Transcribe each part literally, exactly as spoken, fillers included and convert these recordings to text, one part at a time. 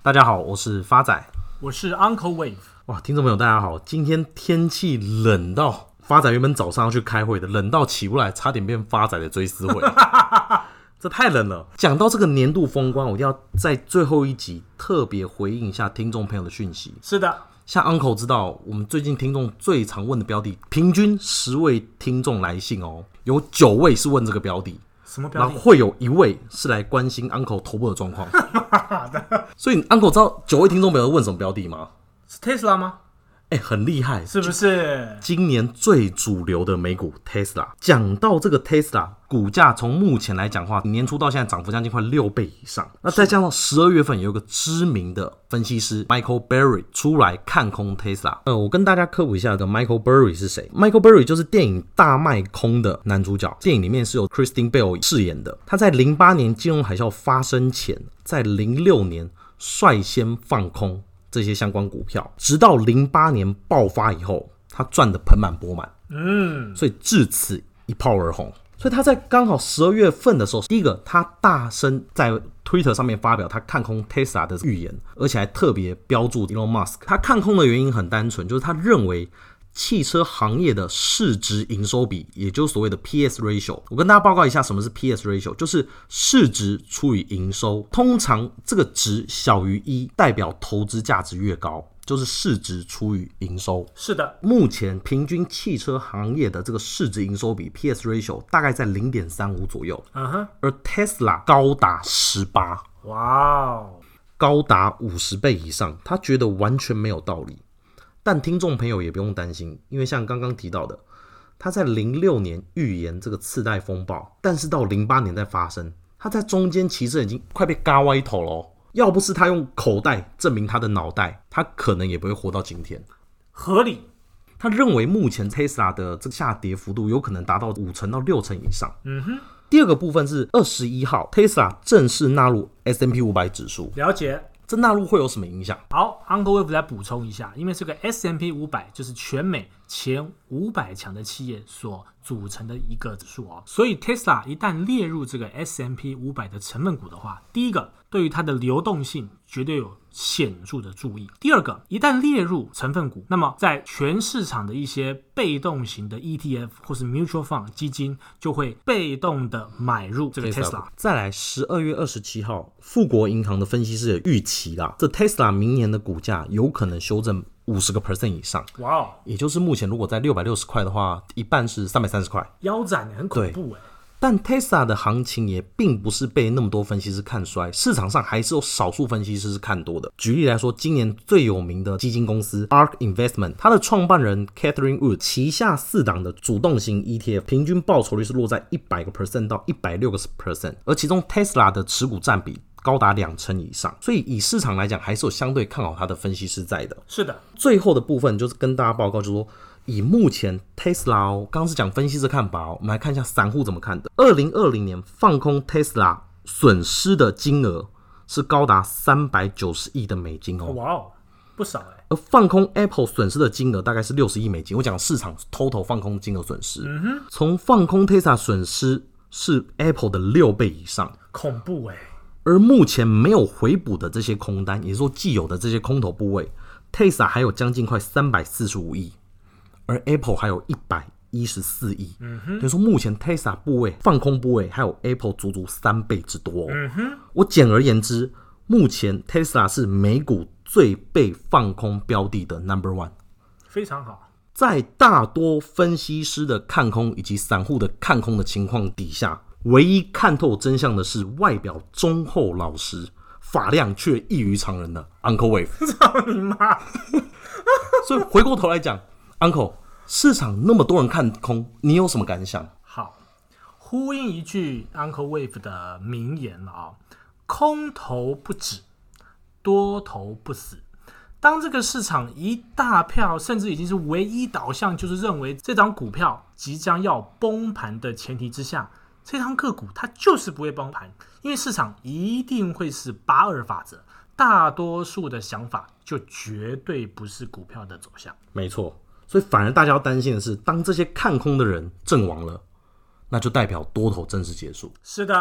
大家好，我是发仔， 我是 Uncle Wave。 哇，听众朋友大家好，今天天气冷到发仔原本早上要去开会的，冷到起不来，差点变发仔的追思会。这太冷了。讲到这个年度封关，我一定要在最后一集特别回应一下听众朋友的讯息。 是的， 像 Uncle 知道，我们最近听众最常问的标的，平均十位听众来信哦，有九位是问这个标的。 什么标的？ 然后会有一位是来关心 Uncle 头部的状况。所以 Uncle 知道九位听众朋友问什么标的吗？ 是 Tesla 吗？ 哎、欸，很厉害， 是不是？ 今年最主流的美股 Tesla。讲到这个 Tesla 股价，从目前来讲的话，年初到现在涨幅将近快六倍以上。那再加上十二月份有一个知名的分析师 Michael Burry 出来看空 Tesla。呃，我跟大家科普一下，这个 Michael Burry 是谁 ？Michael Burry 就是电影《大卖空》的男主角，电影里面是由 Christine Bale 饰演的。他在零八年金融海啸发生前，在零六年率先放空这些相关股票，直到零八年爆发以后，他赚得盆满钵满，嗯，所以至此一炮而红。所以他在刚好十二月份的时候，第一个他大声在 Twitter 上面发表他看空 Tesla 的预言，而且还特别标注 Elon Musk。他看空的原因很单纯，就是他认为汽车行业的市值营收比，也就是所谓的 P S ratio。我跟大家报告一下什么是 P S ratio， 就是市值除以营收。通常这个值小于一，代表投资价值越高，就是市值除以营收。 是的，目前平均汽车行业的这个市值营收比 P S ratio 大概在 零点三五 左右，嗯哼，而 Tesla 高达十八，哇哦，高达五十倍以上，他觉得完全没有道理。但听众朋友也不用担心，因为像刚刚提到的，他在零六年预言这个次贷风暴，但是到零八年再发生，他在中间其实已经快被嘎歪头了哦。要不是他用口袋证明他的脑袋，他可能也不会活到今天。 合理。 他认为目前 Tesla 的这个下跌幅度有可能达到五成到六成以上。嗯哼。第二个部分是二十一号 Tesla 正式纳入 S and P 五百 指数。 了解。 这纳入会有什么影响？ 好 ，Uncle Wave 来补充一下，因为这个 S and P 五百 就是全美前五百强的企业所组成的一个指数哦，所以 Tesla 一旦列入这个 S and P 五百 的成分股的话，第一个，对于它的流动性绝对有显著的注意。第二个，一旦列入成分股，那么在全市场的一些被动型的 E T F 或是 Mutual Fund 基金就会被动的买入这个 Tesla。 再来，十二月二十七号，富国银行的分析师也预期啦，这 Tesla 明年的股价有可能修正 百分之五十 以上。哇、wow ！也就是目前如果在六百六十块的话，一半是三百三十块， 腰斩很恐怖哎。 但 Tesla 的行情也并不是被那么多分析师看衰，市场上还是有少数分析师是看多的。举例来说，今年最有名的基金公司 Ark Investment， 它的创办人 Catherine Wood 旗下四档的主动型 E T F 平均报酬率是落在 百分之百 到 百分之百六十， 而其中 Tesla 的持股占比高达两成以上，所以以市场来讲，还是有相对看好它的分析师在的。 是的， 最后的部分就是跟大家报告，就是说，以目前 Tesla 哦，刚刚是讲分析师看法哦，我们来看一下散户怎么看的。二零二零年放空 Tesla 损失的金额是高达三百九十亿的美金哦， 哇哦，不少哎。 而放空 Apple 损失的金额大概是六十亿美金。我讲市场 total 放空金额损失，嗯哼，从放空 Tesla 损失是 Apple 的六倍以上， 恐怖哎。 而目前没有回补的这些空单，也就是说既有的这些空头部位 ，Tesla 还有将近快三百四十五亿，而 Apple 还有一百一十四亿。嗯哼，等于说目前 Tesla 部位放空部位还有 Apple 足足三倍之多、哦。嗯哼，我简而言之，目前 Tesla 是美股最被放空标的的 number one， 非常好。 在大多分析师的看空以及散户的看空的情况底下，唯一看透真相的是外表忠厚老实、发量却异于常人的 Uncle Wave。 操你妈！ 所以回过头来讲 ，Uncle， 市场那么多人看空，你有什么感想？ 好，呼应一句 Uncle Wave 的名言了啊，空头不止，多头不死。当这个市场一大票，甚至已经是唯一导向，就是认为这张股票即将要崩盘的前提之下，这张个股它就是不会崩盘，因为市场一定会是八二法则，大多数的想法就绝对不是股票的走向。 没错，所以反而大家要担心的是，当这些看空的人阵亡了，那就代表多头正式结束。 是的，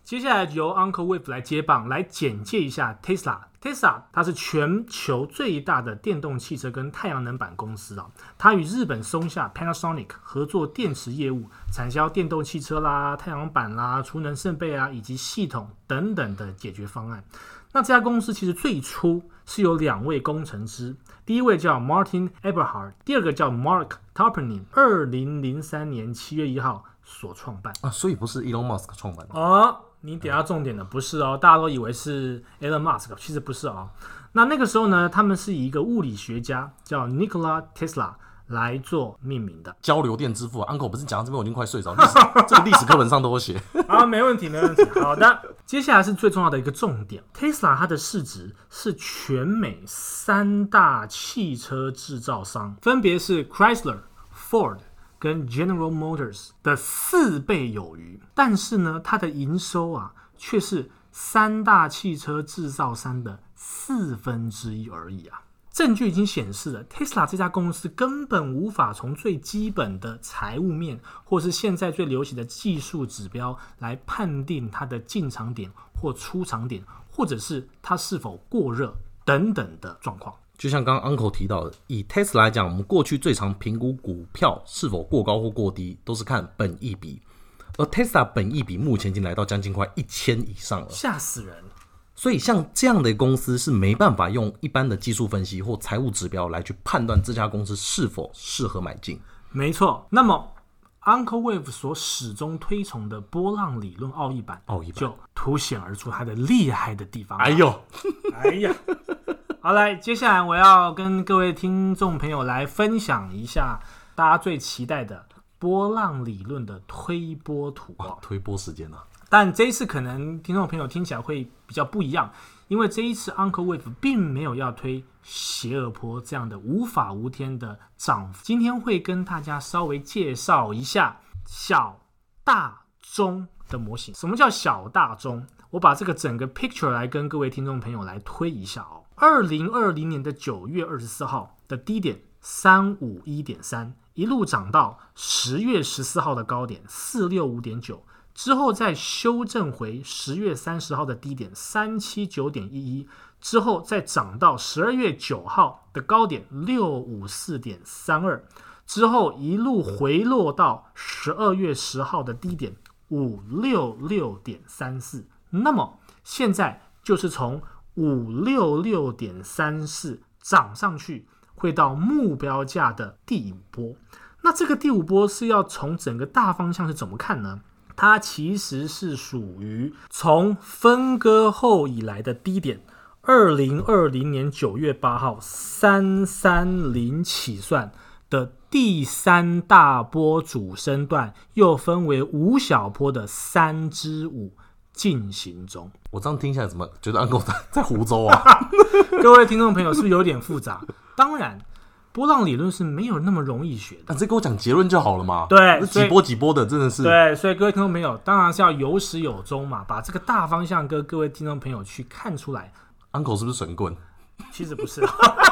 接下来由 Uncle Wave 来接棒，来简介一下 Tesla。Tesla 它是全球最大的电动汽车跟太阳能板公司啊，它与日本松下 Panasonic 合作电池业务，产销电动汽车啦、太阳板啦、储能设备啊以及系统等等的解决方案。那这家公司其实最初是有两位工程师，第一位叫 Martin Eberhard， 第二个叫 Mark Tarpenning， 二零零三年七月一号所创办啊，所以不是 Elon Musk 创办的哦。你点到重点的不是哦，大家都以为是 Elon Musk， 其实不是哦。那那个时候呢，他们是以一个物理学家叫 Nikola Tesla 来做命名的。 交流电之父、啊、Uncle 不是讲到这边我已经快睡着，历史这个历史课本上都有写。 好，没问题，没问题。好的，接下来是最重要的一个重点 ，Tesla 它的市值是全美三大汽车制造商，分别是 Chrysler、Ford。跟 General Motors 的四倍有余，但是呢，它的营收啊，却是三大汽车制造商的四分之一而已啊。证据已经显示了 ，Tesla 这家公司根本无法从最基本的财务面，或是现在最流行的技术指标来判定它的进场点或出场点，或者是它是否过热等等的状况。 就像刚刚 Uncle 提到的，以 Tesla 来讲，我们过去最常评估股票是否过高或过低，都是看本益比。而 Tesla 本益比目前已经来到将近快一千以上了， 吓死人！ 所以像这样的公司是没办法用一般的技术分析或财务指标来去判断这家公司是否适合买进。 没错，那么 Uncle Wave 所始终推崇的波浪理论奥义版， 奥义版就凸显而出它的厉害的地方。 哎呦， 哎呀！好，来，接下来我要跟各位听众朋友来分享一下大家最期待的波浪理论的推波图、哦、 推波时间啊！ 但这一次可能听众朋友听起来会比较不一样，因为这一次 Uncle Wave 并没有要推斜耳坡这样的无法无天的涨幅，今天会跟大家稍微介绍一下小、大、中的模型。什么叫小、大、中？我把这个整个 picture 来跟各位听众朋友来推一下哦。二零二零年的九月二十四号的低点 三百五十一点三， 一路涨到十月十四号的高点 四百六十五点九， 之后再修正回十月三十号的低点 三百七十九点一一， 之后再涨到十二月九号的高点 六百五十四点三二， 之后一路回落到十二月十号的低点五百六十六点三四。那么现在就是从五百六十六点三四涨上去，会到目标价的第五波。那这个第五波是要从整个大方向是怎么看呢？它其实是属于从分割后以来的低点，二零二零年九月八号三三零起算的第三大波主升段，又分为五小波的三之五进行中。 我这样听起来怎么觉得 Uncle 在, 在湖州啊？ 各位听众朋友是不是有点复杂？当然波浪理论是没有那么容易学的， 那、啊、这跟我讲结论就好了嘛。 对， 几波几波的真的是。 对，所以各位听众朋友当然是要有始有终嘛，把这个大方向跟各位听众朋友去看出来。 Uncle 是不是神棍？ 其实不是。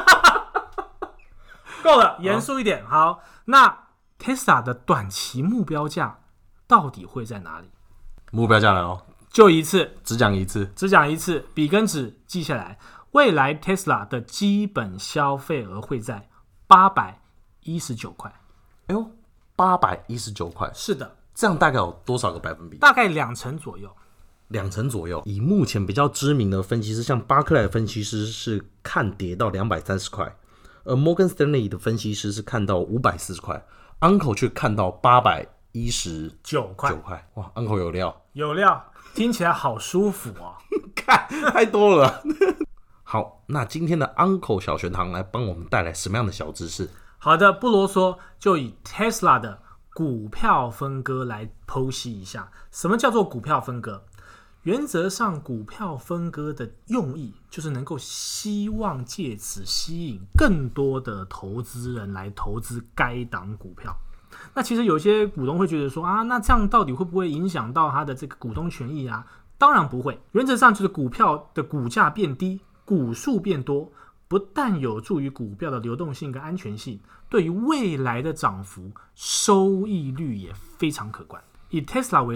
够了，严肃一点。好，那 Tesla 的短期目标价到底会在哪里？ 目标价来哦， 就一次， 只讲一次， 只讲一次，笔跟纸记下来。未来 Tesla 的基本消费额会在八百一十九块。 哎呦，八百一十九块， 是的， 这样大概有多少个百分比？ 大概两成左右。 两成左右。以目前比较知名的分析师，像巴克莱的分析师是看跌到两百三十块，而 Morgan Stanley 的分析师是看到五百四十块 ，Uncle 却看到八百一十九块。哇 ，Uncle 有料， 有料，听起来好舒服哦。 看太多了。好，那今天的 Uncle 小学堂来帮我们带来什么样的小知识？ 好的，不啰嗦，就以 Tesla 的股票分割来剖析一下。什么叫做股票分割？原则上，股票分割的用意就是能够希望借此吸引更多的投资人来投资该档股票。那其实有些股东会觉得说啊，那这样到底会不会影响到他的这个股东权益啊？当然不会，原则上就是股票的股价变低，股数变多，不但有助于股票的流动性跟安全性，对于未来的涨幅收益率也非常可观。以 Tesla 为例，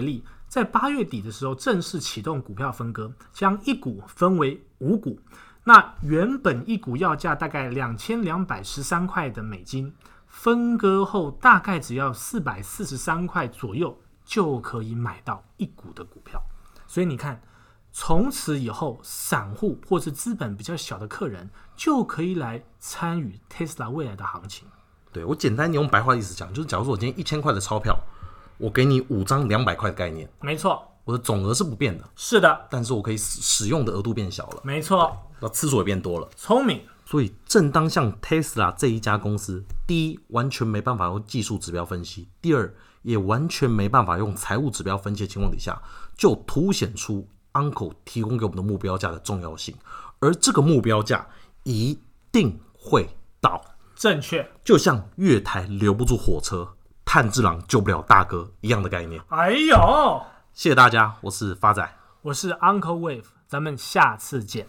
在八月底的时候正式启动股票分割，将一股分为五股。那原本一股要价大概两千两百十三块的美金，分割后大概只要四百四十三块左右就可以买到一股的股票。所以你看，从此以后，散户或是资本比较小的客人就可以来参与 Tesla 未来的行情。 对，我简单用白话意思讲，就是假如说我今天一千块的钞票，我给你五张两百块的概念， 没错， 我的总额是不变的， 是的， 但是我可以使用的额度变小了， 没错， 那次数也变多了， 聪明。 所以正当像 Tesla 这一家公司，第一完全没办法用技术指标分析，第二也完全没办法用财务指标分析的情况底下，就凸显出 Uncle 提供给我们的目标价的重要性，而这个目标价一定会到。 正确， 就像月台留不住火车，炭治郎救不了大哥一样的概念。 哎呦， 谢谢大家，我是发仔， 我是 Uncle Wave，咱们下次见。